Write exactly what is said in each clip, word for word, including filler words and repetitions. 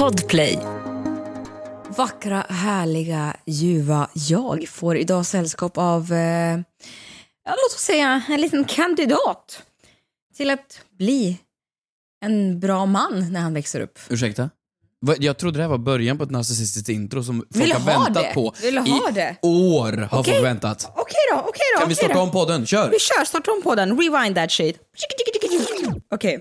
Podplay. Vackra, härliga, ljuva jag får idag sällskap av, eh, ja, låt oss säga, en liten kandidat till att bli en bra man när han växer upp. Ursäkta? Jag trodde det här var början på ett narcissistiskt intro som folk Vill har ha väntat det? på Vill ha i det? år har Okej. folk väntat. Okej då, okej då. Kan vi starta då. om podden? Kör! Vi kör, starta om podden. Rewind that shit. Okej.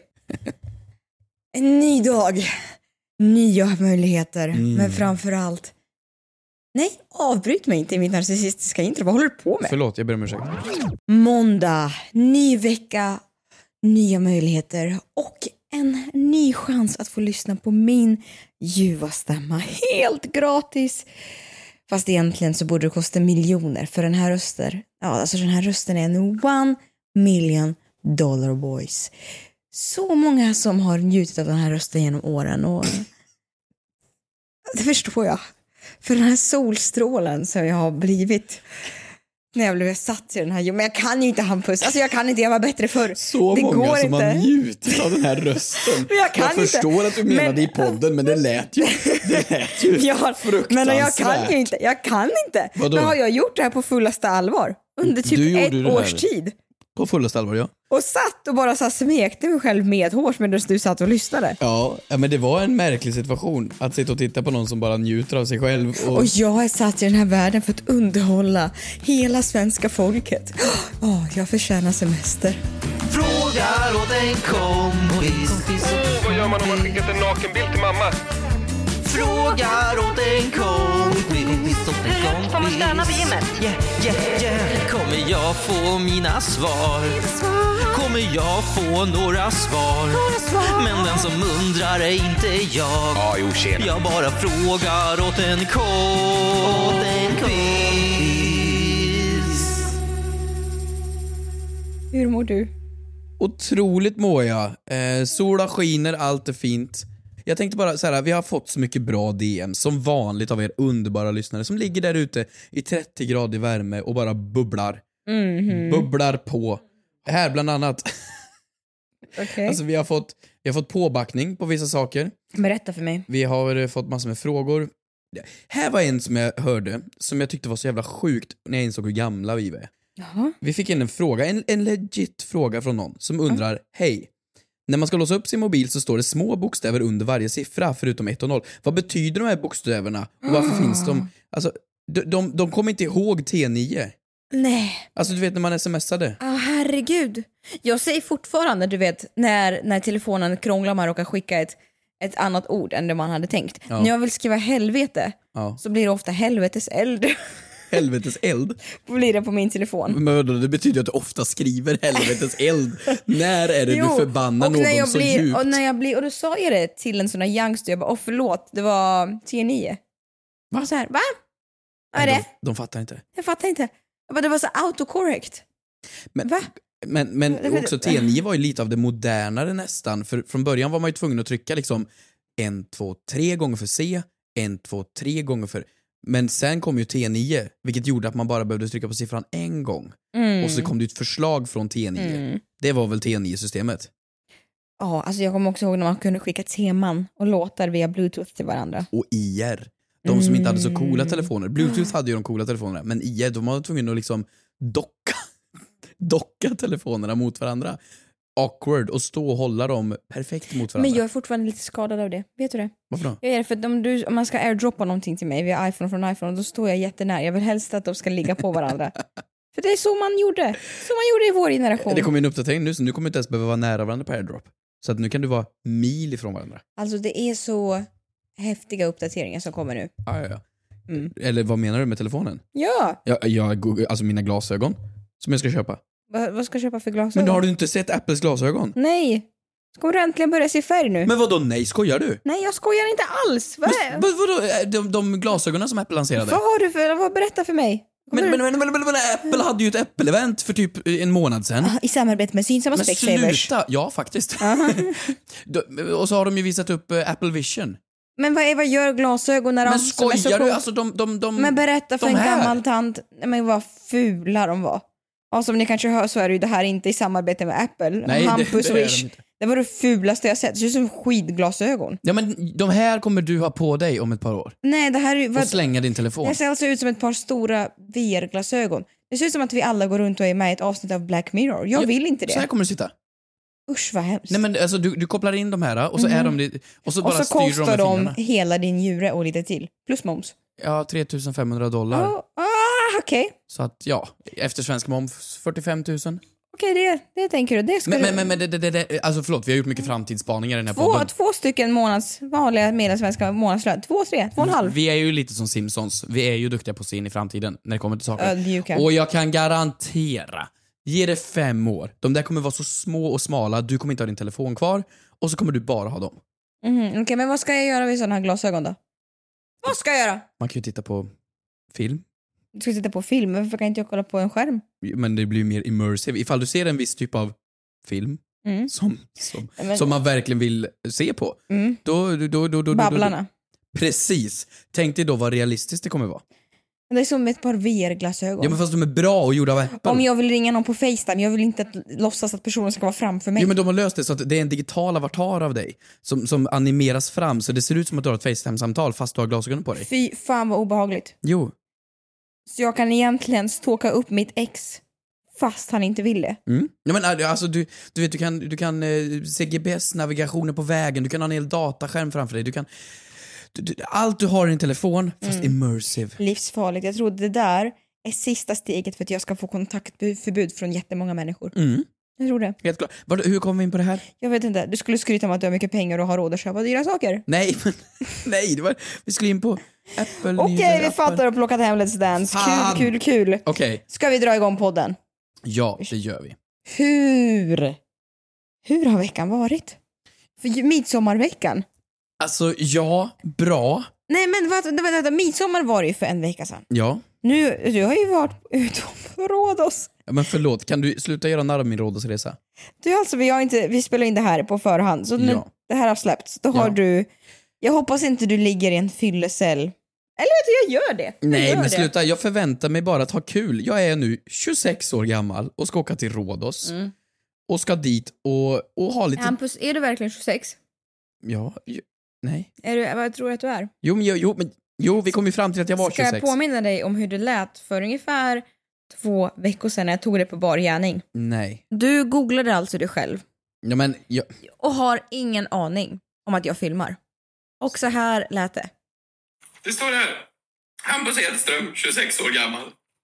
En ny dag. Nya möjligheter. Mm. Men framförallt, nej, avbryt mig inte i mitt narcissistiska intro. Vad håller du på med? Förlåt, jag ber om ursäkt. Måndag, ny vecka, nya möjligheter och en ny chans att få lyssna på min ljuva stämma helt gratis. Fast egentligen så borde det kosta miljoner för den här rösten. Ja, alltså den här rösten är en one million dollar voice. Så många som har njutit av den här rösten genom åren och det förstår jag. För den här solstrålen som jag har blivit när jag blev satt i den här. Men jag kan ju inte Hampus. Alltså jag kan inte, jag var bättre förr. Så det många går som inte. har njutit av den här rösten. jag kan jag förstår inte. att du menade men, i podden, men det lät ju, det lät ju jag, fruktansvärt. Men jag kan ju inte. Jag kan inte. Vadå? Men har jag gjort det här på fullaste allvar? Under Du typ gjorde ett det här. års tid. På fullaste allvar, ja. Och satt och bara så här smekte mig själv med hårs medan du satt och lyssnade. Ja, men det var en märklig situation att sitta och titta på någon som bara njuter av sig själv. Och, Och jag är satt i den här världen för att underhålla hela svenska folket. Åh, oh, jag förtjänar semester. Frågar åt en kompis. Oh, vad gör man om man skickat en nakenbild till mamma? Frågar åt en kompis. Åt en kompis. Får man stöna på gymmet? Yeah, yeah, yeah. Kommer jag få mina svar? Kommer jag få några svar? Men den som undrar är inte jag. Ja, jo, tjena. Jag bara frågar åt en kompis. Hur mår du? Otroligt mår jag. Eh, sola skiner, allt är fint. Jag tänkte bara så här, vi har fått så mycket bra D M som vanligt av er underbara lyssnare som ligger där ute i trettio grader värme och bara bubblar. Mm-hmm. Bubblar på. Här bland annat. Okay. Alltså vi har fått vi har fått påbackning på vissa saker. Berätta för mig. Vi har fått massor med frågor. Här var en som jag hörde som jag tyckte var så jävla sjukt när jag insåg hur gamla vi är. Jaha. Vi fick in en fråga, en, en legit fråga från någon som undrar, mm. hej, när man ska låsa upp sin mobil så står det små bokstäver under varje siffra förutom ett och noll. Vad betyder de här bokstäverna? Och varför mm. finns de? Alltså, de, de, de kommer inte ihåg T nio. Nej. Alltså du vet när man smsade. Ja, oh, herregud. Jag säger fortfarande, du vet, när, när telefonen krånglar och man råkar skicka ett, ett annat ord än det man hade tänkt. Ja. När jag vill skriva helvete ja. så blir det ofta helvetes eld. Helvetes eld? Blir det på min telefon. Men det betyder att du ofta skriver helvetes eld. När är det jo, du förbannar någon när jag så blir, djupt? Och när jag blir, och då sa jag det till en sån här youngster, jag bara, åh förlåt, det var T nio. Va? Så här, va? Vad är Nej, det? De, de fattar inte. Jag fattar inte. Jag bara, det var så autocorrect. Men, va? Men, men också T nio var ju lite av det modernare nästan. För från början var man ju tvungen att trycka liksom en, två, tre gånger för C, en, två, tre gånger för... Men sen kom ju T nio, vilket gjorde att man bara behövde trycka på siffran en gång. Mm. Och så kom det ett förslag från T nio. Mm. Det var väl T nio-systemet? Ja, alltså jag kommer också ihåg när man kunde skicka teman och låtar via Bluetooth till varandra. Och I R. De som mm. inte hade så coola telefoner. Bluetooth hade ju de coola telefonerna. Men I R, de var tvungna att liksom docka, docka telefonerna mot varandra. Awkward och stå och hålla dem perfekt mot varandra. Men jag är fortfarande lite skadad av det. Vet du det? Varför då? Jag är det för att om, du, om man ska airdroppa någonting till mig via iPhone från iPhone, då står jag jättenära. Jag vill helst att de ska ligga på varandra. För det är så man gjorde. Så man gjorde i vår generation. Det kommer en uppdatering nu så nu kommer inte ens behöva vara nära varandra på airdrop. Så att nu kan du vara mil ifrån varandra. Alltså det är så häftiga uppdateringar som kommer nu. Ja, ja, ja. Mm. Eller vad menar du med telefonen? Ja. Jag, jag, alltså mina glasögon som jag ska köpa. Va, vad ska jag köpa för glasögon? Men har du inte sett Apples glasögon? Nej. Ska du äntligen börja se färg nu? Men vadå, nej, skojar du? Nej, jag skojar inte alls. Vad är? Men, vadå, de, de glasögonen som Apple lanserade? Vad har du för, vad berätta för mig? Men, men, men, men, men, men Apple hade ju ett Apple-event för typ en månad sedan. I samarbete med Synsam och Specsavers. Men sluta, ja faktiskt. Och så har de ju visat upp Apple Vision. Men vad, är, vad gör glasögon när de... Men skojar du? Alltså de, de, de, men berätta för de en här. gammal tant. Men vad fula de var. Och som ni kanske hör så är det ju det här inte i samarbete med Apple. Nej, Hampus det, det Wish. Det var det fulaste jag sett. Det ser ut som skidglasögon. Ja, men de här kommer du ha på dig om ett par år. Nej, det här är... Och slänga din telefon. Det ser alltså ut som ett par stora V R-glasögon. Det ser ut som att vi alla går runt och är med i ett avsnitt av Black Mirror. Jag ja, vill inte det. Så här kommer du sitta. Usch, vad hemskt. Nej, men alltså, du, du kopplar in de här och så mm. är de... Och så, och bara så kostar de, de hela din djure och lite till. Plus moms. Ja, tre tusen femhundra dollar. Oh, ah, okej. Okay. Så att, ja, efter svensk moms, fyrtiofem tusen. Okej, okay, det, det tänker du. Det ska men, du... men, men, men det, det, det, alltså förlåt, vi har gjort mycket framtidsspaningar i den här två, podden. Två stycken månads, vanliga medelsvenska månadslön. Två, tre, två och en halv. Vi är ju lite som Simpsons. Vi är ju duktiga på att se in i framtiden när det kommer till saker. Ödmjuka. Och jag kan garantera, ge det fem år. De där kommer vara så små och smala, du kommer inte ha din telefon kvar. Och så kommer du bara ha dem. Mm, Okej, okay, men vad ska jag göra vid sådana här glasögon då? Vad ska jag göra? Man kan ju titta på film. Du ska titta på film, varför kan inte jag kolla på en skärm? Men det blir ju mer immersive. Ifall du ser en viss typ av film mm. som, som, men... som man verkligen vill se på. Mm. Då, då, då, då, då, Babblarna. Då, då. Precis. Tänk dig då vad realistiskt det kommer vara. Det är som ett par V R-glasögon. Ja, men fast de är bra och gjorda av Apple. Om jag vill ringa någon på FaceTime, jag vill inte att, låtsas att personen ska vara framför mig. Ja, men de har löst det så att det är en digital avatar av dig som, som animeras fram, så det ser ut som att du har ett FaceTime-samtal fast du har glasögonen på dig. Fy fan vad obehagligt. Jo. Så jag kan egentligen ståka upp mitt ex fast han inte vill det. Mm. Ja, men alltså du, du vet, du kan, du kan eh, se G P S-navigationen på vägen, du kan ha en hel dataskärm framför dig, du kan... Du, du, allt du har i din telefon, fast mm. immersive. Livsfarligt. Jag tror det där är sista steget för att jag ska få kontaktförbud från jättemånga människor. Mm. Jag tror det. Helt klart. Var, hur kom vi in på det här? Jag vet inte. Du skulle skryta om att du har mycket pengar och har råd att köpa dyra saker. Nej, men, nej, det var, vi skulle in på Apple. Okej, okay, vi fattar och plockat hem Let's Dance. Fan. Kul, kul, kul. Okej. Okay. Ska vi dra igång podden? Ja, det gör vi. Hur? Hur har veckan varit? För midsommarveckan. Alltså, ja, bra. Nej, men vad, vad, vad, midsommar var det ju för en vecka sedan. Ja. Nu, du har ju varit utom Rhodos. Ja, men förlåt, kan du sluta göra narr av min Rhodosresa? Du, alltså, vi, har inte, vi spelar in det här på förhand, så när ja. det här har släppts, då har ja. du... Jag hoppas inte du ligger i en fyllecell. Eller vet du, jag gör det. Jag Nej, gör men det. sluta, jag förväntar mig bara att ha kul. Jag är nu tjugosex år gammal och ska åka till Rhodos. Mm. Och ska dit och, och ha lite... Hampus, är du verkligen tjugosex? Ja, ju... nej. Är du, vad tror du att du är? Jo, men, jo, men, jo vi kom ju fram till att jag var tjugosex. Ska jag påminna dig om hur det lät för ungefär två veckor sedan när jag tog det på bar gärning? Nej. Du googlade alltså dig själv. Ja, men... Jag... Och har ingen aning om att jag filmar. Och så här lät det. Det står här. Hampus Edström, tjugosex år gammal.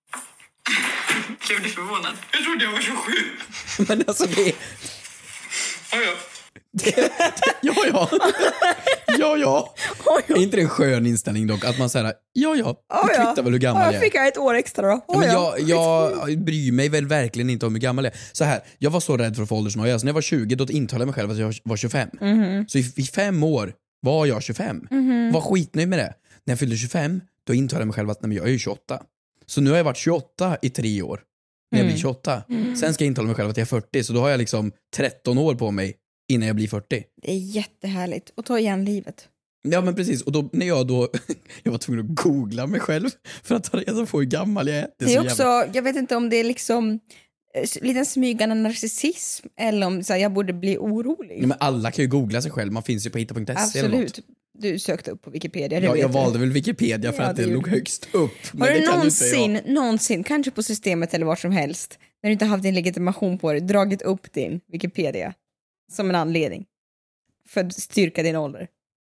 Jag blir förvånad. Jag trodde jag var tjugosju. Men alltså det... Ja, ja. Det, det, ja, ja. Ja, ja. Är inte det en skön inställning dock? Att man säger, ja, ja. Du kvittar väl hur gammal jag är. Jag fick ett år extra då. Ja, men jag, jag bryr mig väl verkligen inte om hur gammal jag är. Så här, jag var så rädd för att få åldersnoja. Så när jag var tjugo, då intalade jag mig själv att jag var tjugofem. Mm-hmm. Så i, i fem år var jag tjugofem. Mm-hmm. Var skitnöjd med det. När jag fyllde tjugofem, då intalade jag mig själv att nej, jag är ju tjugoåtta. Så nu har jag varit tjugoåtta i tre år. När jag mm. blir tjugoåtta. Mm. Sen ska jag intala mig själv att jag är fyrtio. Så då har jag liksom tretton år på mig innan jag blir fyrtio. Det är jättehärligt. Och ta igen livet. Ja, men precis. Och då, när jag då... jag var tvungen att googla mig själv för att ta reda på hur gammal jag är. Det är, det är också... Jävla... Jag vet inte om det är liksom... liten smygande narcissism. Eller om så här, jag borde bli orolig. Ja, men alla kan ju googla sig själv. Man finns ju på hitta punkt se. Absolut. Du sökte upp på Wikipedia. Ja, vet jag du. valde väl Wikipedia för ja, att det, det låg högst upp. Men har det du kan någonsin, inte någonsin, kanske på systemet eller var som helst, när du inte haft din legitimation på dig, dragit upp din Wikipedia som en anledning för att styrka din ålder?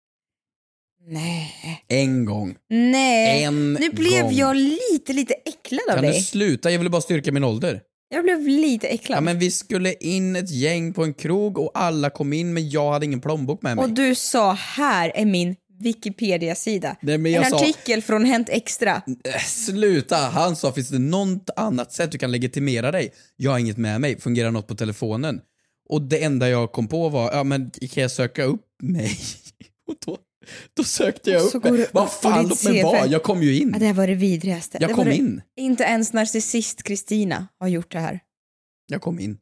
Nej. En gång. Nej. En nu blev gång. jag lite, lite äcklad av kan dig. Kan du sluta? Jag ville bara styrka min ålder. Jag blev lite äcklad. Ja, men vi skulle in ett gäng på en krog och alla kom in, men jag hade ingen plånbok med mig. Och du sa, här är min Wikipedia-sida. Nej, men jag en sa, artikel från Hänt Extra. Äh, sluta, han sa, finns det något annat sätt du kan legitimera dig? Jag har inget med mig, fungerar något på telefonen? Och det enda jag kom på var, ja men kan jag söka upp mig? Och då, då sökte jag upp mig. Vad fan, låt mig vara, jag kom ju in. Ja, det var det vidrigaste. Jag det kom det, in. Inte ens narcissist Kristina har gjort det här. Jag kom in.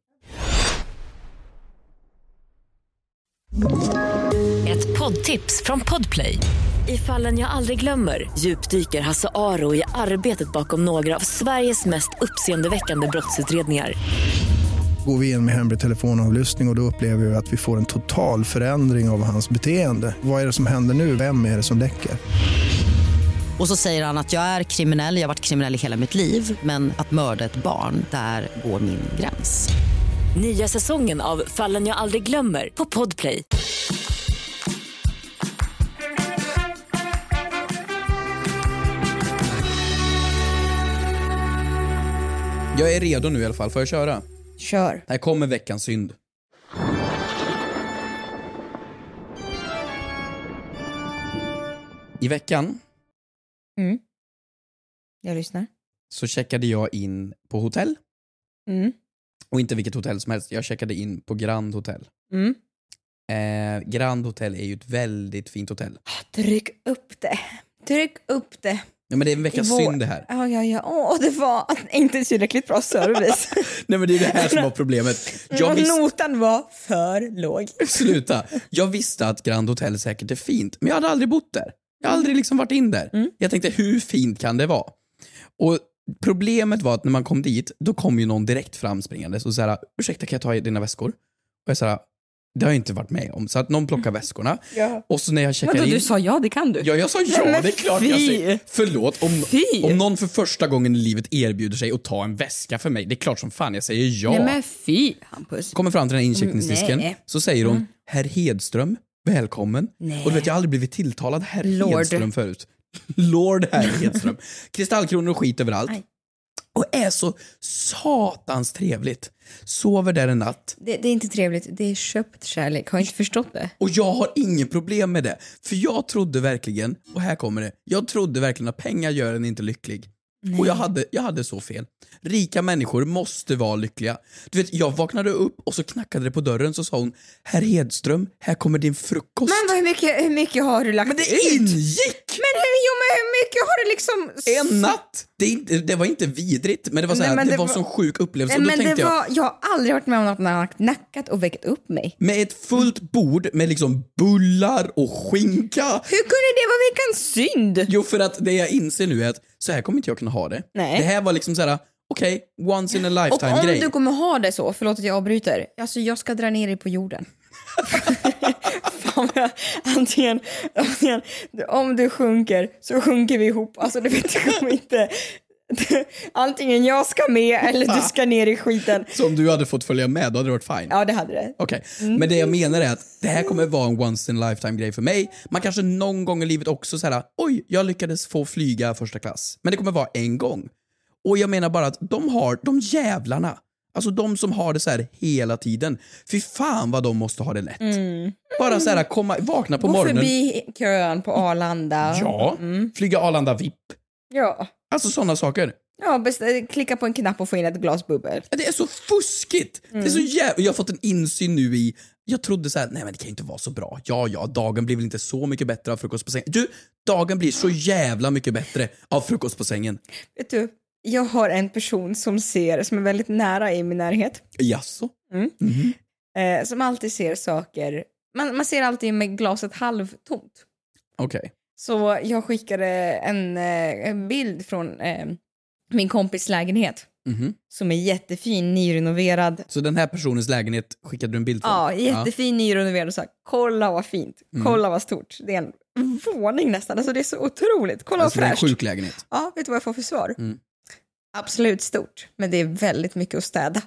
Ett poddtips från Podplay. I Fallen jag aldrig glömmer djupdyker Hasse Aro i arbetet bakom några av Sveriges mest uppseendeväckande brottsutredningar. Går vi in med hemlig telefonavlyssning och, och då upplever vi att vi får en total förändring av hans beteende. Vad är det som händer nu? Vem är det som läcker? Och så säger han att jag är kriminell, jag har varit kriminell i hela mitt liv. Men att mörda ett barn, där går min gräns. Nya säsongen av Fallen jag aldrig glömmer på Podplay. Jag är redo nu i alla fall, får jag köra? Kör. Här kommer veckans synd. I veckan Mm. Jag lyssnar. så checkade jag in på hotell. Mm. Och inte vilket hotell som helst, jag checkade in på Grand Hotel. Mm. Eh, Grand Hotel är ju ett väldigt fint hotell. Tryck upp det. Tryck upp det. Ja, men det är en veckans Vår... synd det här. Ja, ja, ja. Åh, det var inte tillräckligt bra service. Nej, men det är det här som var problemet. Jag visst... Notan var för låg. Sluta. Jag visste att Grand Hotel säkert är fint, men jag hade aldrig bott där. Jag har aldrig liksom varit in där. Mm. Jag tänkte, hur fint kan det vara? Och problemet var att när man kom dit, då kom ju någon direkt framspringande och så här, ursäkta, kan jag ta dina väskor? Och jag sa, det har jag inte varit med om. Så att någon plockar väskorna. Ja. Och så när jag checkar men då, in... du sa ja, det kan du. Ja, jag sa ja, men det är klart fy. jag säger. Förlåt, om, Fy. om någon för första gången i livet erbjuder sig att ta en väska för mig, det är klart som fan jag säger ja. Nej men fy, Hampus. Kommer fram till den här incheckningsdisken, mm, så säger hon, mm. herr Hedström, välkommen. Nej. Och du vet, jag har aldrig blivit tilltalad herr Lord. Hedström förut. Lord herr Hedström. Kristallkronor och skit överallt. Aj. Och är så satans trevligt. Sover där en natt. Det, det är inte trevligt, det är köpt kärlek. Har jag inte förstått det? Och jag har ingen problem med det. För jag trodde verkligen, och här kommer det, jag trodde verkligen att pengar gör en inte lycklig. Nej. Och jag hade, jag hade så fel. Rika människor måste vara lyckliga. Du vet, jag vaknade upp och så knackade det på dörren, så sa hon, herr Hedström, här kommer din frukost. Men vad, hur, mycket, hur mycket har du lagt ut? Men det ut? ingick! Men hur, jo, men hur mycket har du liksom... En natt! Det, det var inte vidrigt, men det var så här, Nej, det, det var en sån sjuk upplevelse. Nej, och då men det jag, var, jag har aldrig varit med om att man har knackat och väckt upp mig. Med ett fullt bord med liksom bullar och skinka. Hur kunde det vara veckans synd? Jo, för att det jag inser nu är att så här kommer inte jag kunna ha det. Nej. Det här var liksom så här, okej, okay, once in a lifetime grej. Och om grej. du kommer ha det så, förlåt att jag avbryter, alltså jag ska dra ner dig på jorden. Fan, antingen, antingen, om du sjunker så sjunker vi ihop. Alltså du vet, du kommer inte... Antingen jag ska med eller du ska ner i skiten. Så om du hade fått följa med, då hade det varit fine. Ja, det hade det. Okej, okay. mm. Men det jag menar är att det här kommer vara en once in a lifetime grej för mig. Man kanske någon gång i livet också så här, oj, jag lyckades få flyga första klass. Men det kommer vara en gång. Och jag menar bara att de har, de jävlarna, alltså de som har det så här hela tiden, fy fan vad de måste ha det lätt. Mm. Bara så här, komma, vakna på Gå morgonen. Gå förbi kön på Arlanda. Ja, mm. Flyga Arlanda V I P. Ja. Alltså sådana saker. Ja, beställ, klicka på en knapp och få in ett glas bubbel. Det är så fuskigt. Mm. Det är så jävla... Jag har fått en insyn nu i... Jag trodde så här, nej men det kan inte vara så bra. Ja, ja, dagen blir väl inte så mycket bättre av frukost på sängen. Du, dagen blir så jävla mycket bättre av frukost på sängen. Vet du, jag har en person som ser, som är väldigt nära i min närhet. Jaså? Mm. Mm-hmm. Eh, som alltid ser saker... Man, man ser alltid med glaset halvtomt. Okej. Okay. Så jag skickade en, en bild från eh, min kompis lägenhet. Mm-hmm. Som är jättefin, nyrenoverad. Så den här personens lägenhet skickade du en bild från? Ja, jättefin, ja. Nyrenoverad och så här, kolla vad fint, mm. kolla vad stort. Det är en våning nästan, alltså det är så otroligt. Kolla alltså, vad fräscht. Det är en sjuk lägenhet. Ja, vet du vad jag får för svar? Mm. Absolut stort, men det är väldigt mycket att städa.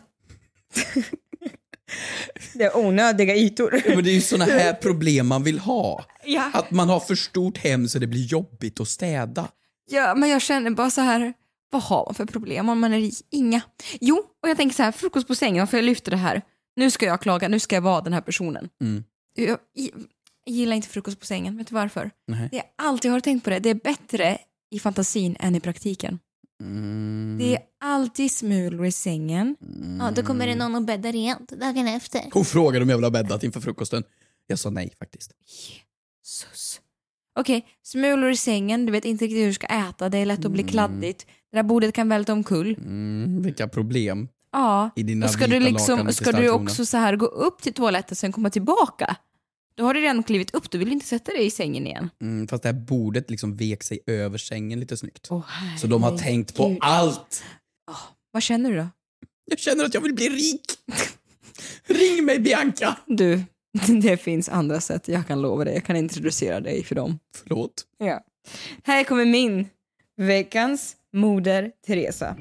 Det är onödiga ytor. Ja, men det är ju såna här problem man vill ha. Ja. Att man har för stort hem så det blir jobbigt att städa. Ja, men jag känner bara så här, vad har man för problem om man är rik? Inga. Jo, och jag tänker så här, frukost på sängen, för jag lyfter det här. Nu ska jag klaga, nu ska jag vara den här personen. Mm. Jag, jag, jag gillar inte frukost på sängen, vet du varför? Nej. Det är alltid, jag har tänkt på det, det är bättre i fantasin än i praktiken. Mm. Det är alltid smulor i sängen. Mm. Ja, då kommer det någon och bäddar rent dagen efter. Hon frågade om jag vill ha bäddat inför frukosten. Jag sa nej faktiskt. Jesus. Okej, okay, smulor i sängen. Du vet inte riktigt hur du ska äta. Det är lätt att bli kladdigt. Det där bordet kan välta omkull. Mm, vilka problem. Ja, i dina och ska du liksom, ska du också så här gå upp till toaletten och sen komma tillbaka? Då har du redan klivit upp, du vill inte sätta dig i sängen igen. Mm, fast det här bordet liksom vek sig över sängen lite snyggt. Oh, så de har tänkt på Gud. allt. Oh, vad känner du då? Jag känner att jag vill bli rik. Ring mig, Bianca. Du, det finns andra sätt. Jag kan lova dig. Jag kan introducera dig för dem. Förlåt. Ja. Här kommer min veckans moder Teresa.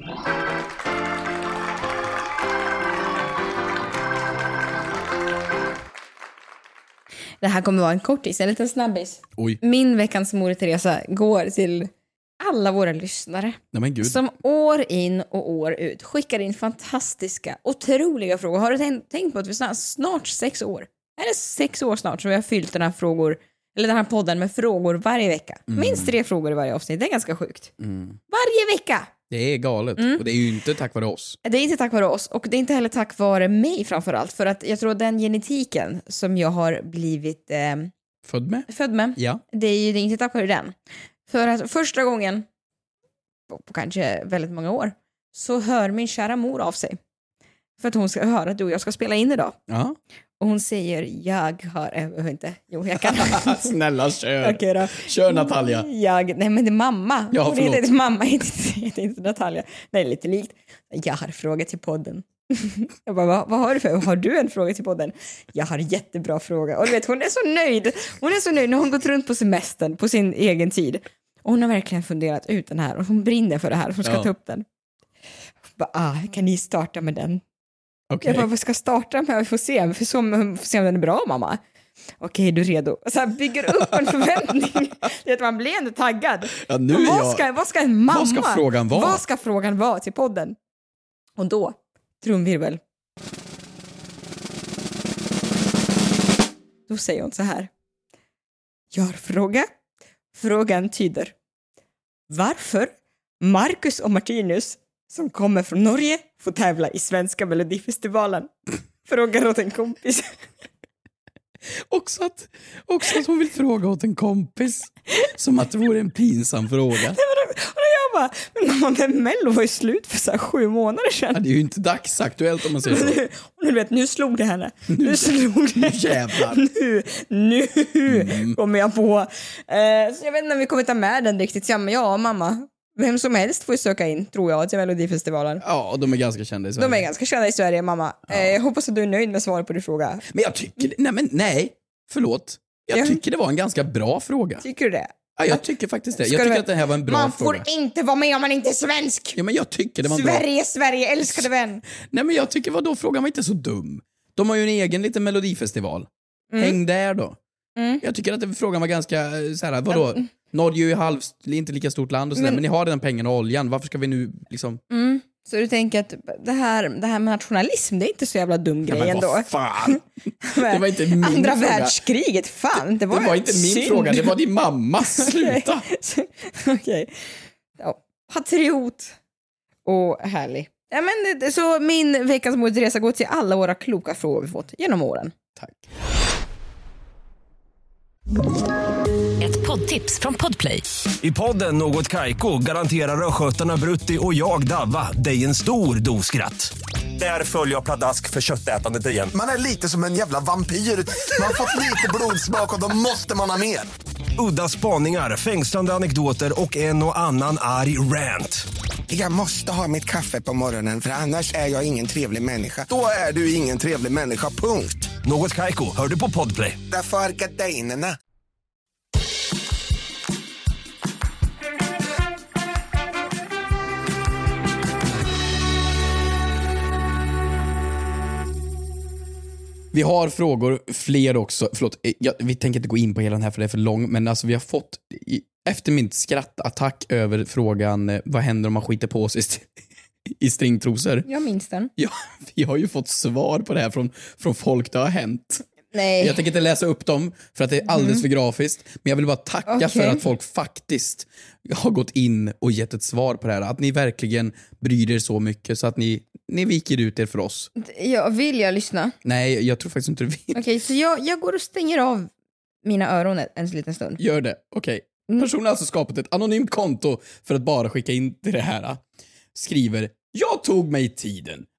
Det här kommer vara en kortis, en liten snabbis. Oj. Min veckans moder Teresa går till alla våra lyssnare. Nej, men Gud. Som år in och år ut skickar in fantastiska, otroliga frågor. Har du tänkt, tänkt på att vi snart, snart sex år? Är det sex år snart som vi har fyllt den här frågor, eller den här podden med frågor varje vecka? Mm. Minst tre frågor i varje avsnitt. Det är ganska sjukt. Mm. Varje vecka! Det är galet. Mm. Och det är ju inte tack vare oss. Det är inte tack vare oss. Och det är inte heller tack vare mig framförallt. För att jag tror att den genetiken som jag har blivit eh, född med, född med ja. det är ju det är inte tack vare den. För att första gången på, på kanske väldigt många år så hör min kära mor av sig. För att hon ska höra att du och jag ska spela in idag. Ja. Och hon säger, jag har, äh, inte, jo jag kan. Snälla kör. Okej då. Kör Natalia. Jag, nej men det är mamma. Ja, hon heter mamma, inte, heter inte Natalia. Det är lite likt. Jag har fråga till podden. Jag bara, vad, vad har du för? Har du en fråga till podden? Jag har jättebra fråga. Och du vet, hon är så nöjd. Hon är så nöjd när hon gått runt på semestern på sin egen tid. Och hon har verkligen funderat ut den här. Och hon brinner för det här. Hon ska ja. ta upp den. Bara, ah, kan ni starta med den? Okay. Jag bara, vad ska jag starta med? Vi får se. Vi får se om, vi får se om den är bra, mamma. Okej, du är redo. Så här bygger upp en förväntning. Det är att man blir ändå taggad. Ja, nu vad, jag... ska, vad ska en mamma? Vad ska frågan vara? Vad ska frågan vara till podden? Och då, trumvirvel. Då säger hon så här. Jag har fråga. Frågan tyder. Varför Marcus och Martinus som kommer från Norge får tävla i svenska Melodifestivalen? Frågar åt en kompis. Också att, också att hon vill fråga åt en kompis. Som att det vore en pinsam fråga. Och jag bara, men mamma, den Mello var ju slut för så här sju månader sedan. Ja, det är ju inte dagsaktuellt om man säger så. Och du vet, nu slog det henne. Nu, nu slog det. Nu jävlar. Nu, nu mm. kommer jag på. Eh, så jag vet inte om vi kommer ta med den riktigt. Ja, men ja, mamma. Vem som helst får ju söka in, tror jag, till Melodifestivalen. Ja, de är ganska kända i Sverige. De är ganska kända i Sverige, mamma. Ja. Eh, jag hoppas att du är nöjd med svaret på din fråga. Men jag tycker, nej men nej, förlåt. Jag ja. tycker det var en ganska bra fråga. Tycker du det? Ja, jag tycker faktiskt det. Jag tycker att det här var en bra man fråga. Man får inte vara med om man inte är svensk. Ja, men jag tycker det var en Sverige, bra... Sverige, älskade vän. Nej, men jag tycker vadå, frågan var inte så dum. De har ju en egen liten melodifestival. Mm. Häng där då. Mm. Jag tycker att frågan var ganska så här, vadå? Mm. Norge är ju halv, inte lika stort land och sådär, men... men ni har den pengarna och oljan. Varför ska vi nu liksom... Mm. Så du tänker att det här, det här med nationalism, det är inte så jävla dum grej ändå. Vad fan? Det var inte min Andra fråga. Världskriget, fan. Det var, det var inte min synd. Fråga, det var din mammas. Sluta. Okej. Okay. Ja, patriot och härlig. Ja, men det, så min veckans moder Teresa går till alla våra kloka frågor vi fått genom åren. Tack. Ett poddtips från Podplay. I podden Något Kaiko garanterar röskötarna Brutti och jag Davva dig en stor doskratt. Där följer jag pladask för köttätandet igen. Man är lite som en jävla vampyr. Man har fått lite blodsmak och då måste man ha mer. Udda spaningar, fängslande anekdoter och en och annan arg rant. Jag måste ha mitt kaffe på morgonen för annars är jag ingen trevlig människa. Då är du ingen trevlig människa, punkt. Något Kaiko, hör du på Podplay. Därför är gardinerna. Vi har frågor, fler också. Förlåt, jag, vi tänker inte gå in på hela den här för det är för lång. Men alltså vi har fått, i, efter min skrattattack över frågan vad händer om man skiter på sig i stringtrosor. Jag minns den. Ja, vi har ju fått svar på det här från, från folk det har hänt. Nej. Jag tänker inte läsa upp dem för att det är alldeles mm. för grafiskt. Men jag vill bara tacka okay. för att folk faktiskt har gått in och gett ett svar på det här. Att ni verkligen bryr er så mycket så att ni, ni viker ut er för oss. Ja, vill jag lyssna? Nej, jag tror faktiskt inte du vill. Okej, okay, så jag, jag går och stänger av mina öron en, en liten stund. Gör det, okej. Okay. Personen har alltså skapat ett anonymt konto för att bara skicka in till det här. Skriver, jag tog mig tiden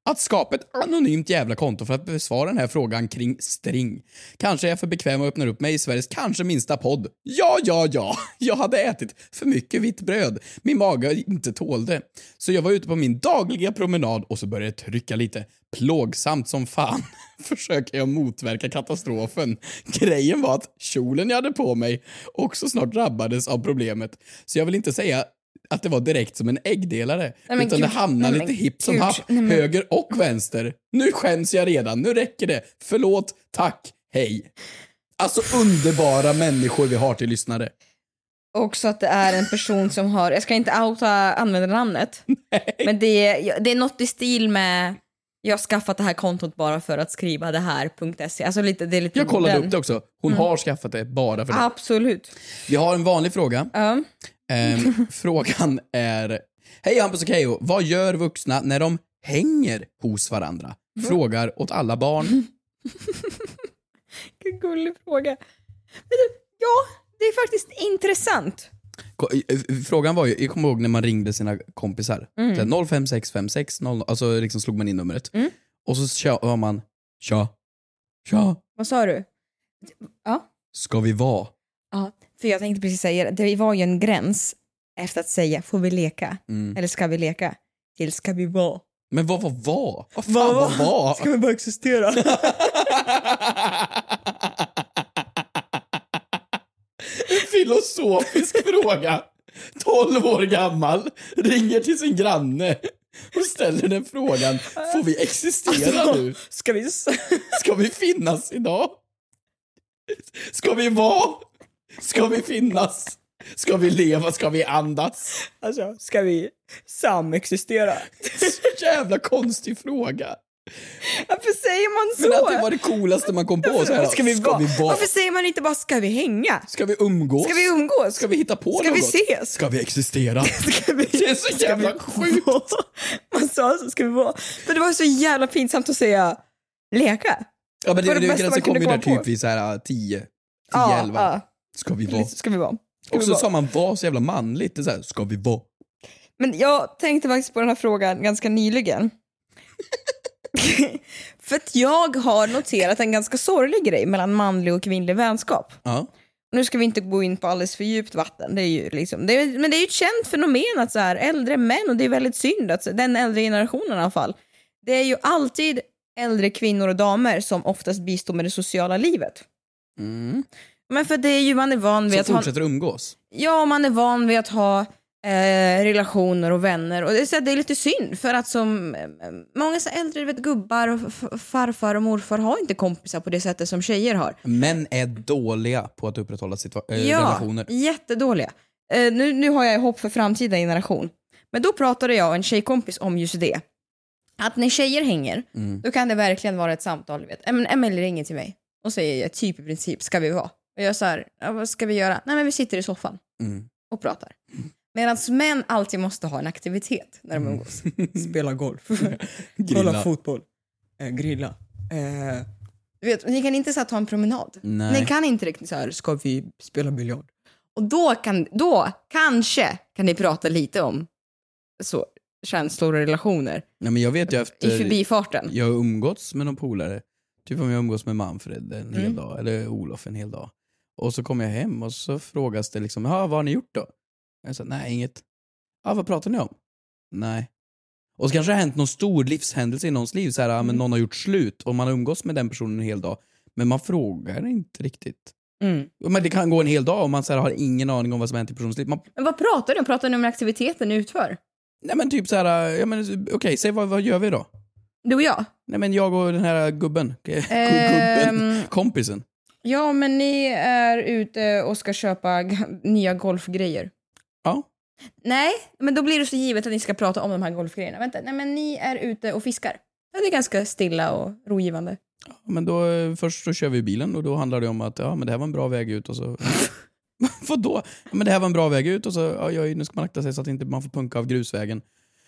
att skapa ett anonymt jävla konto för att besvara den här frågan kring string. Kanske är jag för bekväm och öppnar upp mig i Sveriges kanske minsta podd. Ja, ja, ja. Jag hade ätit för mycket vitt bröd. Min mage inte tålde. Så jag var ute på min dagliga promenad och så började jag trycka lite. Plågsamt som fan försöker jag motverka katastrofen. Grejen var att kjolen jag hade på mig också snart drabbades av problemet. Så jag vill inte säga att det var direkt som en äggdelare. Nej, utan gud, det hamnade nej, lite hipp som gud, happ, nej, men... höger och vänster. Nu skäms jag redan, nu räcker det. Förlåt, tack, hej. Alltså underbara människor vi har till lyssnare. Också att det är en person som har, jag ska inte outa användarnamnet. Nej. Men det är, det är något i stil med, jag har skaffat det här kontot bara för att skriva det här .se. Alltså lite, det är lite jag kollade den. upp det också. Hon mm. har skaffat det bara för det. Absolut. Vi har en vanlig fråga. Ja. Um, frågan är: hej Hampus och Keyyo, vad gör vuxna när de hänger hos varandra? Frågar åt alla barn. Vilken gullig fråga. Ja, det är faktiskt intressant. Frågan var ju, jag kommer ihåg när man ringde sina kompisar. Mm. noll fem sex fem sex noll, alltså liksom slog man in numret. Mm. Och så sa man tja, tja. Vad sa du? Ja. Ska vi vara? Ja, för jag tänkte precis säga, det var ju en gräns efter att säga, får vi leka? Mm. Eller ska vi leka? Till ska vi vara? Men vad var vad? Vad fan vad var? Ska vi bara existera? En filosofisk fråga. tolv år gammal, ringer till sin granne och ställer den frågan, får vi existera alltså, nu? Ska vi... Ska vi finnas idag? Ska vi vara? Ska vi finnas? Ska vi leva? Ska vi andas? Alltså, ska vi samexistera? Så jävla konstig fråga. Varför säger man så? Men att det var det coolaste man kom på. Så här, ska vi, ska va- vi vara? Varför säger man inte bara, ska vi hänga? Ska vi umgås? Ska vi umgås? Ska vi hitta på ska något? Ska vi ses? Ska vi existera? ska vi, det är så jävla sjukt. Man sa så, ska vi vara. Men det var så jävla pinsamt att säga leka. Ja, men det, det, det, det gränsen kom ju där typ vid så här tio, tio, elva. Ja. Ska vi vara? Ska vi vara? Ska och så sa man var så jävla manligt. Det så här, ska vi vara? Men jag tänkte faktiskt på den här frågan ganska nyligen. För att jag har noterat en ganska sorglig grej mellan manlig och kvinnlig vänskap. Ja. Nu ska vi inte gå in på alldeles för djupt vatten. Det är ju liksom, det är, men det är ju ett känt fenomen att så här, äldre män, och det är väldigt synd att den äldre generationen i alla fall, det är ju alltid äldre kvinnor och damer som oftast bistår med det sociala livet. Mm. Men för det är ju, man är van vid så att fortsätter ha, umgås. Ja, man är van vid att ha Eh, relationer och vänner, och det är, så det är lite synd för att som eh, många så äldre vet, gubbar och f- farfar och morfar har inte kompisar på det sättet som tjejer har. Män är dåliga på att upprätthålla situa- äh, ja, relationer. Jättedåliga. Eh, nu, nu har jag hopp för framtida generation. Men då pratade jag och en tjejkompis om just det. Att när tjejer hänger, mm. då kan det verkligen vara ett samtal. Du vet. Emelie ringer till mig och säger typ i princip, ska vi vara? Och jag sa, ja, vad ska vi göra? Nej, men vi sitter i soffan mm. och pratar. Mm. Medan män alltid måste ha en aktivitet när de umgås. Spela golf, kolla fotboll, eh, grilla. Eh, du vet, ni kan inte så här, ta en promenad. Nej. Ni kan inte riktigt så här, ska vi spela biljard? Och då, kan, då kanske kan ni prata lite om så, känslor och relationer. Nej, men jag vet ju efter, i förbifarten. Jag har umgåtts med någon polare. Typ om jag umgås med Manfred en hel Mm. dag. Eller Olof en hel dag. Och så kommer jag hem och så frågas det liksom, ja, vad har ni gjort då? Jag sa, nej, inget. Ja, vad pratar ni om? Nej. Och så kanske det har hänt någon stor livshändelse i någons liv. Så här, mm. men någon har gjort slut och man har umgås med den personen en hel dag. Men man frågar inte riktigt. Mm. Men det kan gå en hel dag och man så här, har ingen aning om vad som har hänt i personens liv. Man... Men vad pratar ni om? Pratar ni om aktiviteten ni utför? Nej, men typ så här, ja, men okej, okay, säg vad, vad gör vi då? Du och jag? Nej, men jag och den här gubben. Ehm... gubben. Kompisen. Ja, men ni är ute och ska köpa g- nya golfgrejer. Ja. Nej, men då blir det så givet att ni ska prata om de här golfgrejerna. Vänta, nej, men ni är ute och fiskar. Det är ganska stilla och rogivande. Ja, men då, först så kör vi bilen och då handlar det om att ja, men det här var en bra väg ut och så... Vadå? Ja, men det här var en bra väg ut och så, ja, ja, nu ska man akta sig så att inte man får punka av grusvägen.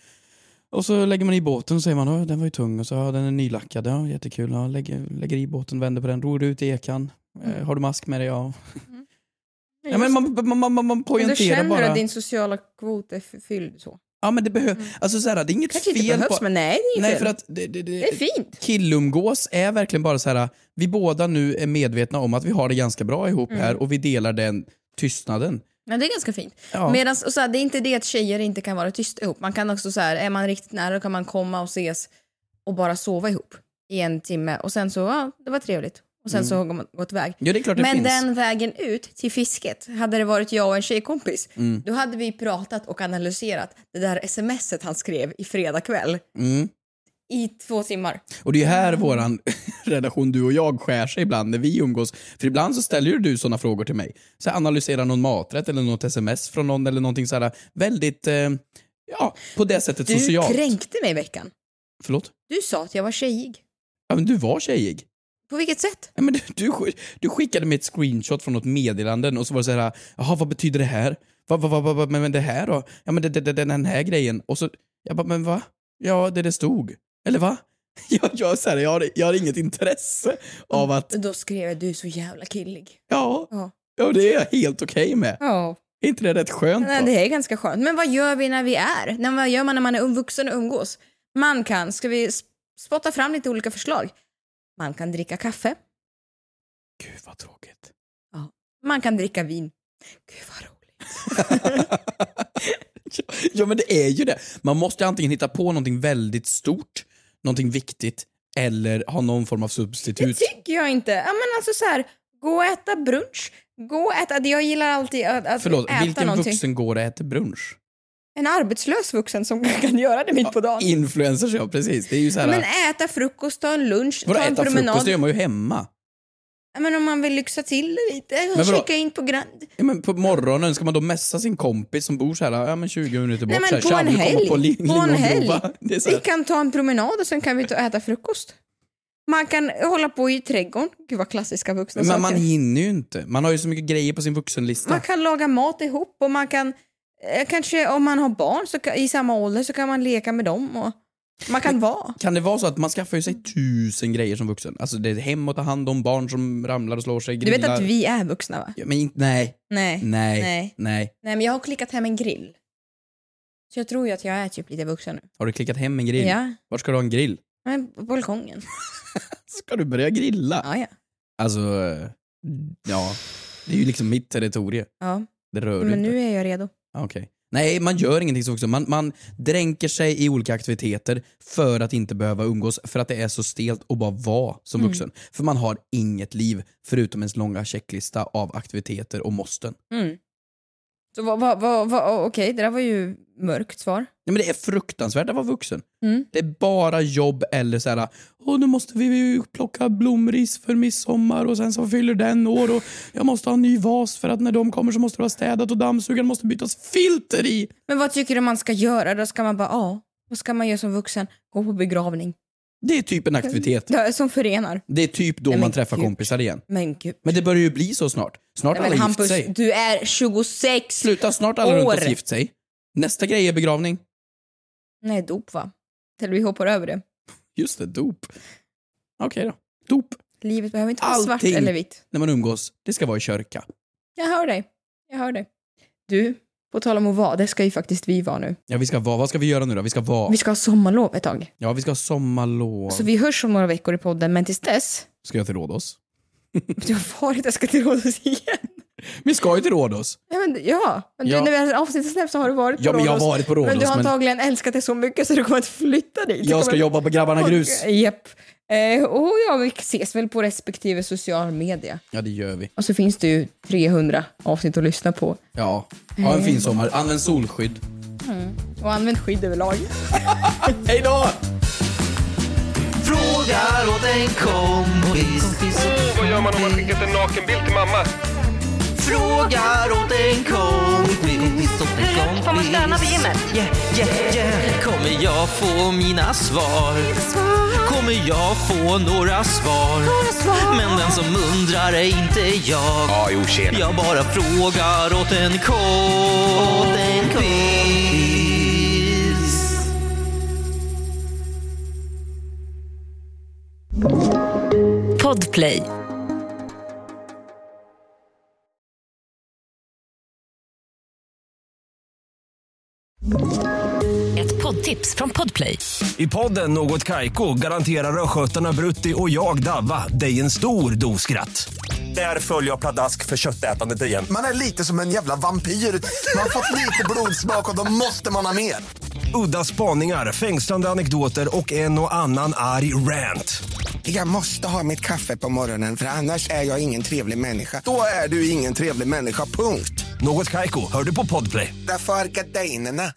Och så lägger man i båten och säger man, ja, den var ju tung och så, ja, den är nylackad, ja, jättekul. Ja, lägger, lägger i båten, vänder på den, ror ut i ekan. Mm. Eh, har du mask med dig? Ja. Mm. Ja, men man, man, man, man poängterar bara... Men du känner bara... att din sociala kvot är fylld så? Ja, men det behövs, mm. alltså så här, det är inget Kanske fel inte behövs, på... men nej, det är nej, fel. för att det, det, det, det är fint. Killumgås är verkligen bara så här, vi båda nu är medvetna om att vi har det ganska bra ihop mm. här och vi delar den tystnaden. Ja, det är ganska fint. Ja. Medans, och så här, det är inte det att tjejer inte kan vara tysta ihop. Man kan också så här, är man riktigt nära, då kan man komma och ses och bara sova ihop i en timme och sen så, ja, det var trevligt. Och sen mm. så har man gått iväg. Ja, det är klart det Men finns. den vägen ut till fisket, hade det varit jag och en tjejkompis, mm. då hade vi pratat och analyserat det där smset han skrev i fredag kväll. Mm. I två timmar. Och det är här våran relation, du och jag, skär sig ibland när vi umgås. För ibland så ställer ju du såna frågor till mig. Så analysera någon maträtt eller något sms från någon eller någonting så här väldigt, eh, ja, på det sättet du socialt. Du kränkte mig i veckan. Förlåt? Du sa att jag var tjejig. Ja, men du var tjejig. På vilket sätt? Ja, men du, du, du skickade mig ett screenshot från något meddelanden och så var det så här, jaha, vad betyder det här? Vad, vad, vad, vad, men det här då? Ja, men det, det, det, den här grejen. Och så, jag bara, men va? Ja, det det stod. Eller va? Jag, jag, så här, jag, har, jag har inget intresse av att... Då skrev jag, du är så jävla killig. Ja, ja. ja det är jag helt okej okay med. Ja. Är inte det rätt skönt? Nej, det är ganska skönt. Men vad gör vi när vi är? När, vad gör man när man är vuxen och umgås? Man kan, ska vi spotta fram lite olika förslag? Man kan dricka kaffe. Gud vad tråkigt. Ja. Man kan dricka vin. Gud vad roligt. Ja, men det är ju det. Man måste antingen hitta på någonting väldigt stort, någonting viktigt, eller ha någon form av substitut. Det tycker jag inte. Ja, men alltså så här, gå och äta brunch. Gå och äta, jag gillar alltid att, att Förlåt, äta vilken någonting. vuxen går och äter brunch? En arbetslös vuxen som kan göra det mitt på dagen. Influencers, ja, precis. Det är ju så här... Men äta frukost, ta en lunch, vadå, ta en äta promenad. Frukost, det gör man ju hemma. Ja, men om man vill lyxa till det lite, men checka in på Grand. Ja, men på morgonen ska man då mässa sin kompis som bor så här, ja men tjugo minuter bort. Nej, men så på här, en helg. På, li- på en helg. Det Vi kan ta en promenad och sen kan vi ta och äta frukost. Man kan hålla på i trädgården. Gud vad klassiska vuxna men saker. man hinner ju inte. Man har ju så mycket grejer på sin vuxenlista. Man kan laga mat ihop och man kan, eh, kanske om man har barn så kan, i samma ålder så kan man leka med dem och man kan men, vara. Kan det vara så att man skaffar ju sig tusen grejer som vuxen? Alltså det är hem och ta hand om barn som ramlar och slår sig, grillar. Du vet att vi är vuxna, va? Ja, men inte, nej. Nej. Nej. Nej. Nej. Nej, men jag har klickat hem en grill. Så jag tror ju att jag är typ lite vuxen nu. Har du klickat hem en grill? Ja. Var ska du ha en grill? Men på balkongen. Ska du börja grilla? Ja, ja. Alltså, ja. Det är ju liksom mitt territorium. Ja. Det rör men inte. nu är jag redo. Okej. Okay. Nej, man gör ingenting som vuxen. Man, man dränker sig i olika aktiviteter för att inte behöva umgås, för att det är så stelt att bara vara som vuxen. Mm. För man har inget liv förutom ens långa checklista av aktiviteter och måsten. Mm. Så vad, vad, vad, vad okej, okay, det där var ju mörkt svar. Ja, men det är fruktansvärt att vara vuxen. Mm. Det är bara jobb eller så här, åh, nu måste vi plocka blomris för midsommar och sen så fyller den år och jag måste ha en ny vas för att när de kommer så måste det vara städat och dammsugaren måste bytas filter i. Men vad tycker du man ska göra? Då ska man bara, ja, vad ska man göra som vuxen? Gå på begravning. Det är typ en aktivitet. Ja, som förenar. Det är typ då Nej, man träffar Gud. kompisar igen. Men Gud. Men det börjar ju bli så snart. Snart Nej, alla Hampus, gift sig. Du är tjugosex Sluta, snart alla år. runt oss gift sig. Nästa grej är begravning. Nej, dop va? Eller vi hoppar över det. Just det, dop. Okej okay då. Dop. Livet behöver inte vara Allting svart eller vitt. när man umgås, det ska vara i kyrka. Jag hör dig. Jag hör dig. Du, på tal om att vara, det ska ju faktiskt vi vara nu. Ja, vi ska vara. Vad ska vi göra nu då? Vi ska vara. Vi ska ha sommarlov ett tag. Ja, vi ska ha sommarlov. Så vi hörs om några veckor i podden, men tills dess... Ska jag till Rhodos? Du har varit, jag ska till Rhodos igen. Vi ska ju till Rhodos. Ja, men, ja. men ja. Du, när avsnittet släpps så har du varit på Ja, men jag Rhodos. har varit på Rhodos. Men du har men... antagligen älskat det så mycket så du kommer att flytta dit. Jag ska kommer... jobba på Grabbarna och, Grus. Japp. Eh, och ja, vi ses väl på respektive social media. Ja, det gör vi. Och så finns det ju trehundra avsnitt att lyssna på. Ja, ha en fin sommar. Använd solskydd. Mm. Och använd skydd överlag. Hej då! Frågar åt en kompis. Oh, vad gör man om man skickat en nakenbild till mamma? Frågar åt en kompis. Hur får man stöna på gymmet? Yeah, yeah, yeah. Kommer jag få mina svar? Kommer jag få några svar? Men den som undrar är inte jag. Ja, jo, tjena. Jag bara frågar åt en kompis. Podplay. Ett poddtips från Podplay. I podden Något Kaiko garanterar östgötarna Brutti och jag Davva dig en stor dos skratt. Där följer jag pladask för köttätandet igen. Man är lite som en jävla vampyr. Man har fått lite blodsmak och då måste man ha mer. Udda spaningar, fängslande anekdoter och en och annan arg rant. Jag måste ha mitt kaffe på morgonen för annars är jag ingen trevlig människa. Då är du ingen trevlig människa, punkt. Något Kaiko, hör du på Podplay. Därför är gardinerna.